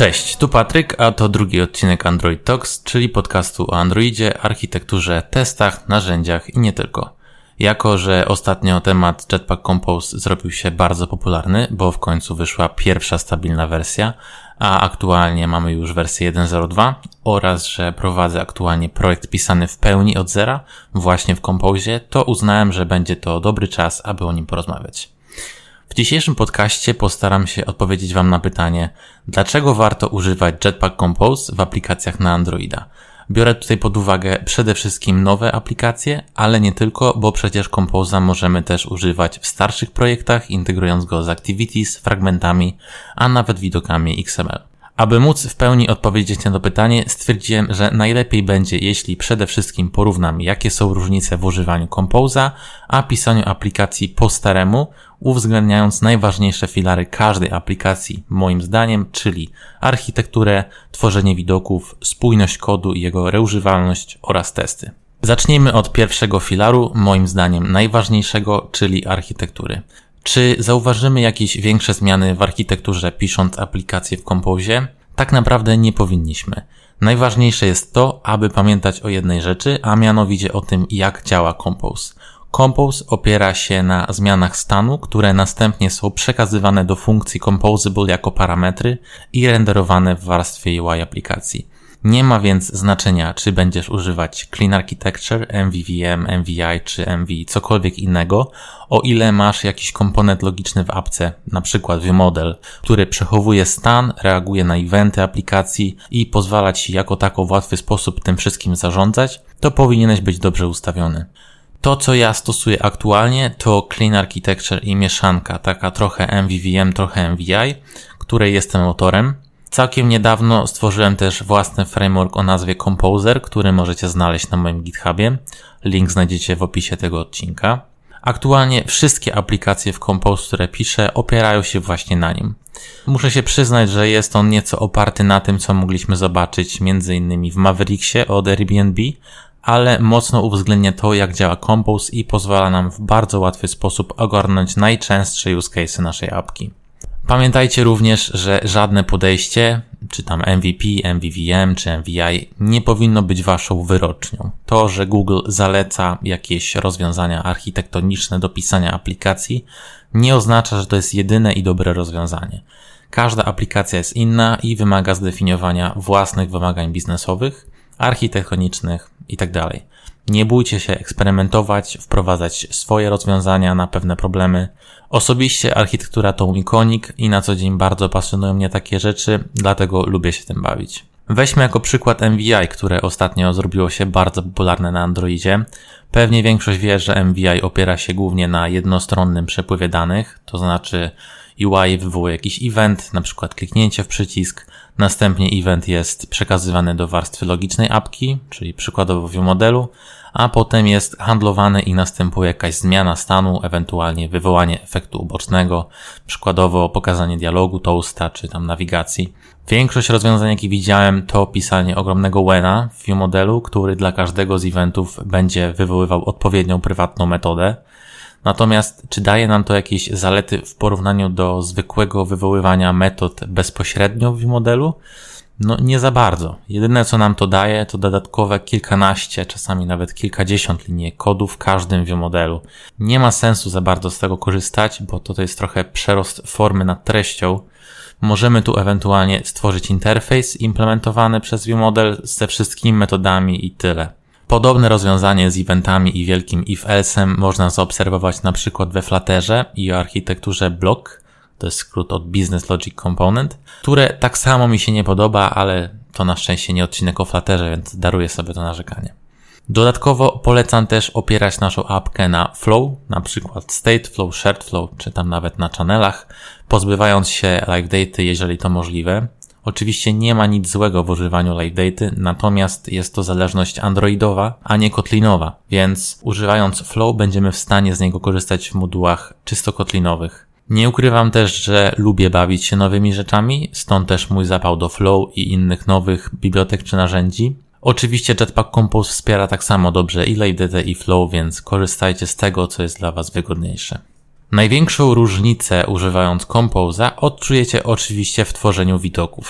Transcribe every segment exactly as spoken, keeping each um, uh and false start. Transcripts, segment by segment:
Cześć, tu Patryk, a to drugi odcinek Android Talks, czyli podcastu o Androidzie, architekturze, testach, narzędziach i nie tylko. Jako że ostatnio temat Jetpack Compose zrobił się bardzo popularny, bo w końcu wyszła pierwsza stabilna wersja, a aktualnie mamy już wersję jeden zero dwa oraz że prowadzę aktualnie projekt pisany w pełni od zera, właśnie w Compose, to uznałem, że będzie to dobry czas, aby o nim porozmawiać. W dzisiejszym podcaście postaram się odpowiedzieć Wam na pytanie, dlaczego warto używać Jetpack Compose w aplikacjach na Androida. Biorę tutaj pod uwagę przede wszystkim nowe aplikacje, ale nie tylko, bo przecież Compose'a możemy też używać w starszych projektach, integrując go z Activities, fragmentami, a nawet widokami X M L. Aby móc w pełni odpowiedzieć na to pytanie, stwierdziłem, że najlepiej będzie, jeśli przede wszystkim porównam, jakie są różnice w używaniu Compose'a, a pisaniu aplikacji po staremu, uwzględniając najważniejsze filary każdej aplikacji, moim zdaniem, czyli architekturę, tworzenie widoków, spójność kodu i jego reużywalność oraz testy. Zacznijmy od pierwszego filaru, moim zdaniem najważniejszego, czyli architektury. Czy zauważymy jakieś większe zmiany w architekturze pisząc aplikacje w Compose? Tak naprawdę nie powinniśmy. Najważniejsze jest to, aby pamiętać o jednej rzeczy, a mianowicie o tym, jak działa Compose. Compose opiera się na zmianach stanu, które następnie są przekazywane do funkcji Composable jako parametry i renderowane w warstwie U I aplikacji. Nie ma więc znaczenia, czy będziesz używać Clean Architecture, M V V M, M V I czy M V, cokolwiek innego, o ile masz jakiś komponent logiczny w apce, na przykład ViewModel, który przechowuje stan, reaguje na eventy aplikacji i pozwala Ci jako tako w łatwy sposób tym wszystkim zarządzać, to powinieneś być dobrze ustawiony. To, co ja stosuję aktualnie, to Clean Architecture i mieszanka, taka trochę M V V M, trochę M V I, której jestem autorem. Całkiem niedawno stworzyłem też własny framework o nazwie Composer, który możecie znaleźć na moim GitHubie. Link znajdziecie w opisie tego odcinka. Aktualnie wszystkie aplikacje w Compose, które piszę, opierają się właśnie na nim. Muszę się przyznać, że jest on nieco oparty na tym, co mogliśmy zobaczyć między innymi w Mavericksie od Airbnb, ale mocno uwzględnia to, jak działa Compose i pozwala nam w bardzo łatwy sposób ogarnąć najczęstsze use case'y naszej apki. Pamiętajcie również, że żadne podejście, czy tam M V P, M V V M czy M V I nie powinno być waszą wyrocznią. To, że Google zaleca jakieś rozwiązania architektoniczne do pisania aplikacji, nie oznacza, że to jest jedyne i dobre rozwiązanie. Każda aplikacja jest inna i wymaga zdefiniowania własnych wymagań biznesowych, architektonicznych itd. Nie bójcie się eksperymentować, wprowadzać swoje rozwiązania na pewne problemy. Osobiście architektura to mój konik i na co dzień bardzo pasjonują mnie takie rzeczy, dlatego lubię się tym bawić. Weźmy jako przykład M V I, które ostatnio zrobiło się bardzo popularne na Androidzie. Pewnie większość wie, że M V I opiera się głównie na jednostronnym przepływie danych, to znaczy U I wywołuje jakiś event, na przykład kliknięcie w przycisk, następnie event jest przekazywany do warstwy logicznej apki, czyli przykładowo ViewModelu, a potem jest handlowany i następuje jakaś zmiana stanu, ewentualnie wywołanie efektu ubocznego, przykładowo pokazanie dialogu toasta czy tam nawigacji. Większość rozwiązań, jakie widziałem, to pisanie ogromnego wena w ViewModelu, który dla każdego z eventów będzie wywoływał odpowiednią prywatną metodę. Natomiast czy daje nam to jakieś zalety w porównaniu do zwykłego wywoływania metod bezpośrednio w ViewModelu? No nie za bardzo. Jedyne co nam to daje to dodatkowe kilkanaście, czasami nawet kilkadziesiąt linii kodu w każdym ViewModelu. Nie ma sensu za bardzo z tego korzystać, bo to, to jest trochę przerost formy nad treścią. Możemy tu ewentualnie stworzyć interfejs implementowany przez ViewModel ze wszystkimi metodami i tyle. Podobne rozwiązanie z eventami i wielkim if-else'em można zaobserwować na przykład we Flutterze i o architekturze Block, to jest skrót od Business Logic Component, które tak samo mi się nie podoba, ale to na szczęście nie odcinek o Flutterze, więc daruję sobie to narzekanie. Dodatkowo polecam też opierać naszą apkę na flow, na przykład state flow, shared flow, czy tam nawet na channelach, pozbywając się live daty, jeżeli to możliwe. Oczywiście nie ma nic złego w używaniu live daty, natomiast jest to zależność androidowa, a nie kotlinowa, więc używając flow będziemy w stanie z niego korzystać w modułach czysto kotlinowych. Nie ukrywam też, że lubię bawić się nowymi rzeczami, stąd też mój zapał do flow i innych nowych bibliotek czy narzędzi. Oczywiście Jetpack Compose wspiera tak samo dobrze i live data i flow, więc korzystajcie z tego, co jest dla Was wygodniejsze. Największą różnicę używając Compose'a odczujecie oczywiście w tworzeniu widoków.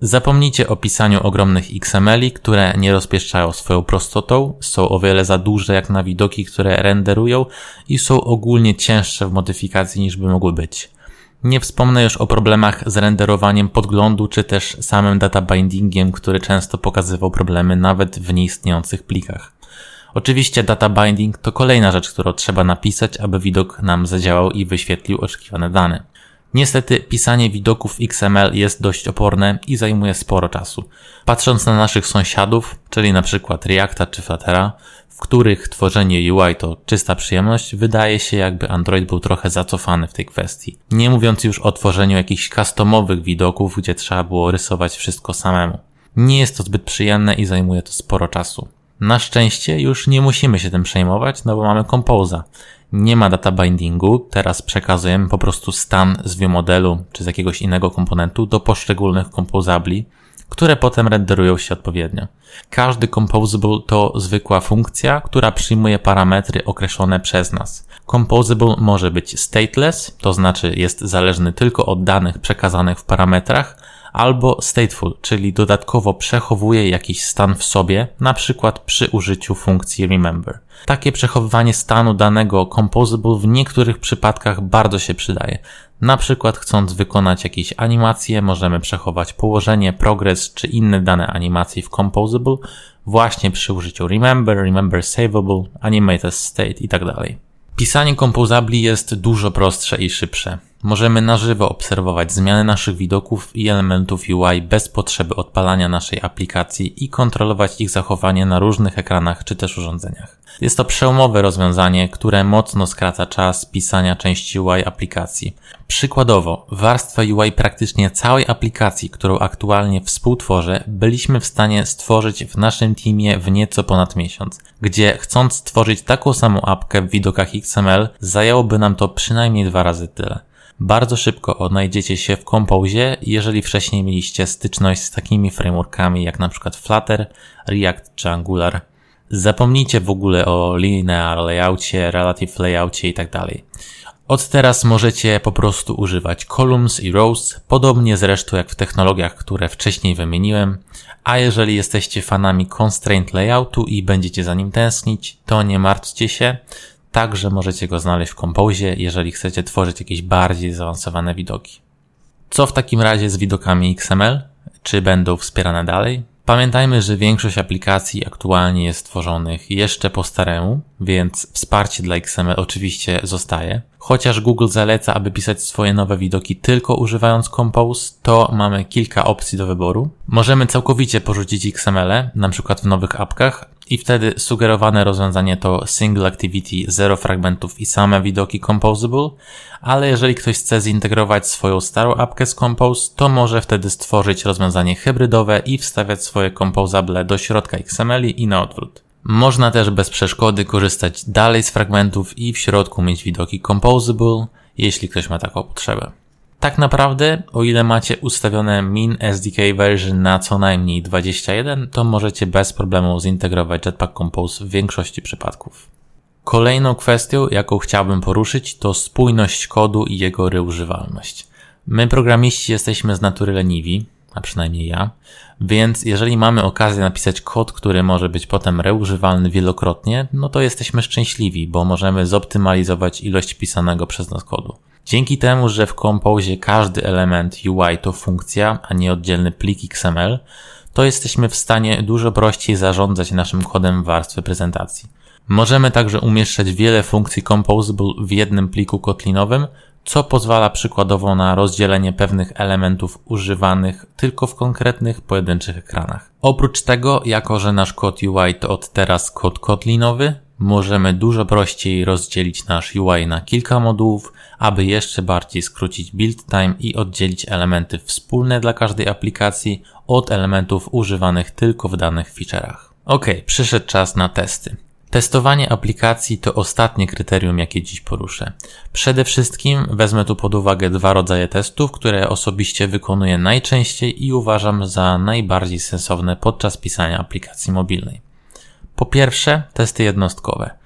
Zapomnijcie o pisaniu ogromnych X M L i, które nie rozpieszczają swoją prostotą, są o wiele za duże jak na widoki, które renderują i są ogólnie cięższe w modyfikacji niż by mogły być. Nie wspomnę już o problemach z renderowaniem podglądu czy też samym data bindingiem, który często pokazywał problemy nawet w nieistniejących plikach. Oczywiście data binding to kolejna rzecz, którą trzeba napisać, aby widok nam zadziałał i wyświetlił oczekiwane dane. Niestety pisanie widoków X M L jest dość oporne i zajmuje sporo czasu. Patrząc na naszych sąsiadów, czyli na przykład Reacta czy Fluttera, w których tworzenie U I to czysta przyjemność, wydaje się jakby Android był trochę zacofany w tej kwestii. Nie mówiąc już o tworzeniu jakichś customowych widoków, gdzie trzeba było rysować wszystko samemu. Nie jest to zbyt przyjemne i zajmuje to sporo czasu. Na szczęście już nie musimy się tym przejmować, no bo mamy Compose'a. Nie ma data bindingu, teraz przekazujemy po prostu stan z viewmodelu czy z jakiegoś innego komponentu do poszczególnych composabli, które potem renderują się odpowiednio. Każdy composable to zwykła funkcja, która przyjmuje parametry określone przez nas. Composable może być stateless, to znaczy jest zależny tylko od danych przekazanych w parametrach, albo stateful, czyli dodatkowo przechowuje jakiś stan w sobie, na przykład przy użyciu funkcji remember. Takie przechowywanie stanu danego composable w niektórych przypadkach bardzo się przydaje. Na przykład chcąc wykonać jakieś animacje, możemy przechować położenie, progress czy inne dane animacji w composable właśnie przy użyciu remember, remember savable, animate as state itd. Pisanie composabli jest dużo prostsze i szybsze. Możemy na żywo obserwować zmiany naszych widoków i elementów U I bez potrzeby odpalania naszej aplikacji i kontrolować ich zachowanie na różnych ekranach czy też urządzeniach. Jest to przełomowe rozwiązanie, które mocno skraca czas pisania części U I aplikacji. Przykładowo, warstwę U I praktycznie całej aplikacji, którą aktualnie współtworzę, byliśmy w stanie stworzyć w naszym teamie w nieco ponad miesiąc, gdzie chcąc stworzyć taką samą apkę w widokach X M L, zajęłoby nam to przynajmniej dwa razy tyle. Bardzo szybko odnajdziecie się w Compose'ie, jeżeli wcześniej mieliście styczność z takimi frameworkami jak na przykład Flutter, React czy Angular. Zapomnijcie w ogóle o linear layoutie, relative layoutie itd. Od teraz możecie po prostu używać columns i rows, podobnie zresztą jak w technologiach, które wcześniej wymieniłem, a jeżeli jesteście fanami constraint layoutu i będziecie za nim tęsknić, to nie martwcie się. Także możecie go znaleźć w Compose'ie, jeżeli chcecie tworzyć jakieś bardziej zaawansowane widoki. Co w takim razie z widokami X M L? Czy będą wspierane dalej? Pamiętajmy, że większość aplikacji aktualnie jest tworzonych jeszcze po staremu, więc wsparcie dla X M L oczywiście zostaje. Chociaż Google zaleca, aby pisać swoje nowe widoki tylko używając Compose, to mamy kilka opcji do wyboru. Możemy całkowicie porzucić X M L, na przykład w nowych apkach, i wtedy sugerowane rozwiązanie to Single Activity, zero fragmentów i same widoki Composable, ale jeżeli ktoś chce zintegrować swoją starą apkę z Compose, to może wtedy stworzyć rozwiązanie hybrydowe i wstawiać swoje Composable do środka X M L i na odwrót. Można też bez przeszkody korzystać dalej z fragmentów i w środku mieć widoki Composable, jeśli ktoś ma taką potrzebę. Tak naprawdę, o ile macie ustawione Min S D K version na co najmniej dwadzieścia jeden, to możecie bez problemu zintegrować Jetpack Compose w większości przypadków. Kolejną kwestią, jaką chciałbym poruszyć, to spójność kodu i jego reużywalność. My programiści jesteśmy z natury leniwi, a przynajmniej ja, więc jeżeli mamy okazję napisać kod, który może być potem reużywalny wielokrotnie, no to jesteśmy szczęśliwi, bo możemy zoptymalizować ilość pisanego przez nas kodu. Dzięki temu, że w Compose'ie każdy element U I to funkcja, a nie oddzielny plik X M L, to jesteśmy w stanie dużo prościej zarządzać naszym kodem w warstwie prezentacji. Możemy także umieszczać wiele funkcji Composable w jednym pliku kotlinowym, co pozwala przykładowo na rozdzielenie pewnych elementów używanych tylko w konkretnych, pojedynczych ekranach. Oprócz tego, jako że nasz kod U I to od teraz kod kotlinowy, możemy dużo prościej rozdzielić nasz U I na kilka modułów, aby jeszcze bardziej skrócić build time i oddzielić elementy wspólne dla każdej aplikacji od elementów używanych tylko w danych feature'ach. Ok, przyszedł czas na testy. Testowanie aplikacji to ostatnie kryterium, jakie dziś poruszę. Przede wszystkim wezmę tu pod uwagę dwa rodzaje testów, które osobiście wykonuję najczęściej i uważam za najbardziej sensowne podczas pisania aplikacji mobilnej. Po pierwsze, testy jednostkowe.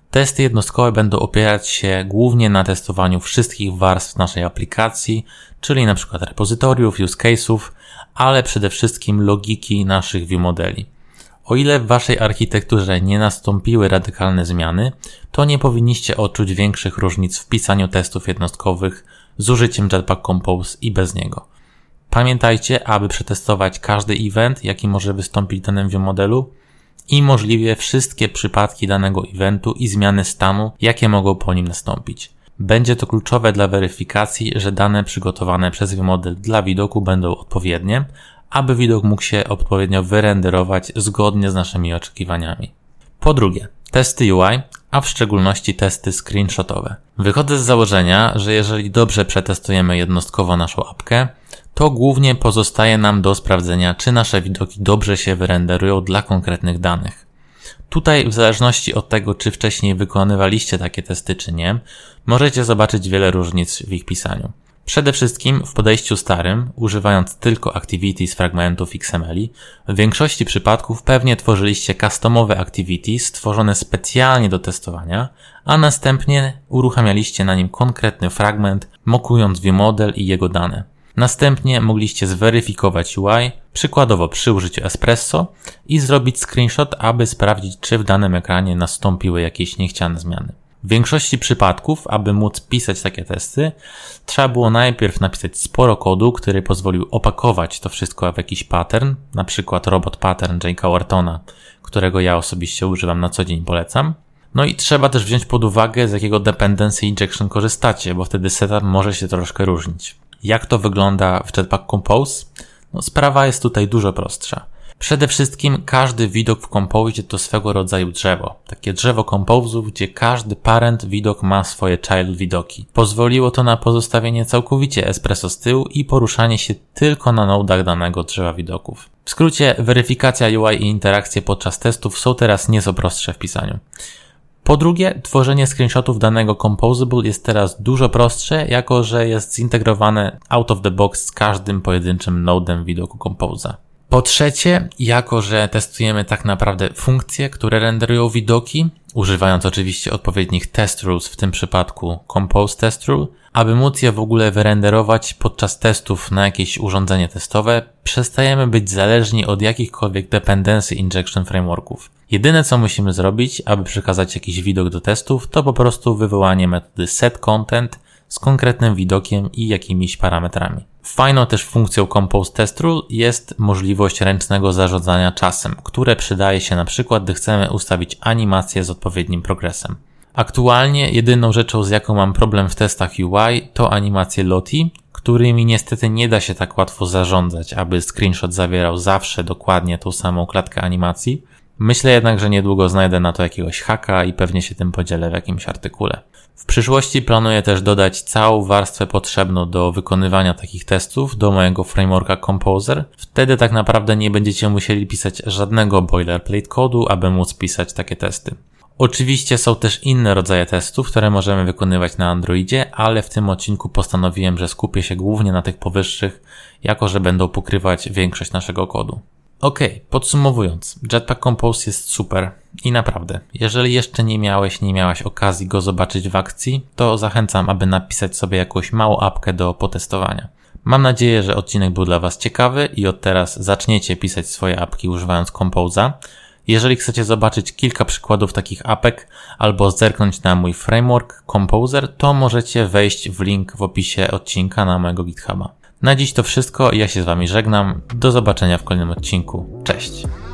Testy jednostkowe będą opierać się głównie na testowaniu wszystkich warstw naszej aplikacji, czyli na przykład repozytoriów, use case'ów, ale przede wszystkim logiki naszych view modeli. O ile w waszej architekturze nie nastąpiły radykalne zmiany, to nie powinniście odczuć większych różnic w pisaniu testów jednostkowych z użyciem Jetpack Compose i bez niego. Pamiętajcie, aby przetestować każdy event, jaki może wystąpić w danym view modelu i możliwie wszystkie przypadki danego eventu i zmiany stanu, jakie mogą po nim nastąpić. Będzie to kluczowe dla weryfikacji, że dane przygotowane przez view model dla widoku będą odpowiednie, aby widok mógł się odpowiednio wyrenderować zgodnie z naszymi oczekiwaniami. Po drugie, testy U I, a w szczególności testy screenshotowe. Wychodzę z założenia, że jeżeli dobrze przetestujemy jednostkowo naszą apkę, to głównie pozostaje nam do sprawdzenia, czy nasze widoki dobrze się wyrenderują dla konkretnych danych. Tutaj, w zależności od tego, czy wcześniej wykonywaliście takie testy, czy nie, możecie zobaczyć wiele różnic w ich pisaniu. Przede wszystkim w podejściu starym, używając tylko activity z fragmentów X M L i, w większości przypadków pewnie tworzyliście customowe activity stworzone specjalnie do testowania, a następnie uruchamialiście na nim konkretny fragment, mokując viewModel i jego dane. Następnie mogliście zweryfikować U I, przykładowo przy użyciu Espresso, i zrobić screenshot, aby sprawdzić, czy w danym ekranie nastąpiły jakieś niechciane zmiany. W większości przypadków, aby móc pisać takie testy, trzeba było najpierw napisać sporo kodu, który pozwolił opakować to wszystko w jakiś pattern, na przykład robot pattern Jake'a Whartona, którego ja osobiście używam na co dzień, polecam. No i trzeba też wziąć pod uwagę, z jakiego dependency injection korzystacie, bo wtedy setup może się troszkę różnić. Jak to wygląda w Jetpack Compose? No, sprawa jest tutaj dużo prostsza. Przede wszystkim każdy widok w Compose to swego rodzaju drzewo. Takie drzewo Compose'ów, gdzie każdy parent widok ma swoje child widoki. Pozwoliło to na pozostawienie całkowicie Espresso z tyłu i poruszanie się tylko na nodach danego drzewa widoków. W skrócie, weryfikacja U I i interakcje podczas testów są teraz nieco prostsze w pisaniu. Po drugie, tworzenie screenshotów danego Composable jest teraz dużo prostsze, jako że jest zintegrowane out of the box z każdym pojedynczym nodem widoku Compose'a. Po trzecie, jako że testujemy tak naprawdę funkcje, które renderują widoki, używając oczywiście odpowiednich test rules, w tym przypadku Compose Test Rule, aby móc je w ogóle wyrenderować podczas testów na jakieś urządzenie testowe, przestajemy być zależni od jakichkolwiek dependency injection frameworków. Jedyne co musimy zrobić, aby przekazać jakiś widok do testów, to po prostu wywołanie metody setContent z konkretnym widokiem i jakimiś parametrami. Fajną też funkcją Compose Test Rule jest możliwość ręcznego zarządzania czasem, które przydaje się na przykład, gdy chcemy ustawić animację z odpowiednim progresem. Aktualnie jedyną rzeczą, z jaką mam problem w testach U I, to animacje Lottie, którymi niestety nie da się tak łatwo zarządzać, aby screenshot zawierał zawsze dokładnie tą samą klatkę animacji. Myślę jednak, że niedługo znajdę na to jakiegoś haka i pewnie się tym podzielę w jakimś artykule. W przyszłości planuję też dodać całą warstwę potrzebną do wykonywania takich testów do mojego frameworka Composer. Wtedy tak naprawdę nie będziecie musieli pisać żadnego boilerplate kodu, aby móc pisać takie testy. Oczywiście są też inne rodzaje testów, które możemy wykonywać na Androidzie, ale w tym odcinku postanowiłem, że skupię się głównie na tych powyższych, jako że będą pokrywać większość naszego kodu. Okej, okay, podsumowując, Jetpack Compose jest super i naprawdę, jeżeli jeszcze nie miałeś, nie miałaś okazji go zobaczyć w akcji, to zachęcam, aby napisać sobie jakąś małą apkę do potestowania. Mam nadzieję, że odcinek był dla Was ciekawy i od teraz zaczniecie pisać swoje apki używając Compose'a. Jeżeli chcecie zobaczyć kilka przykładów takich apek albo zerknąć na mój framework Composer, to możecie wejść w link w opisie odcinka na mojego GitHuba. Na dziś to wszystko, ja się z Wami żegnam, do zobaczenia w kolejnym odcinku, cześć!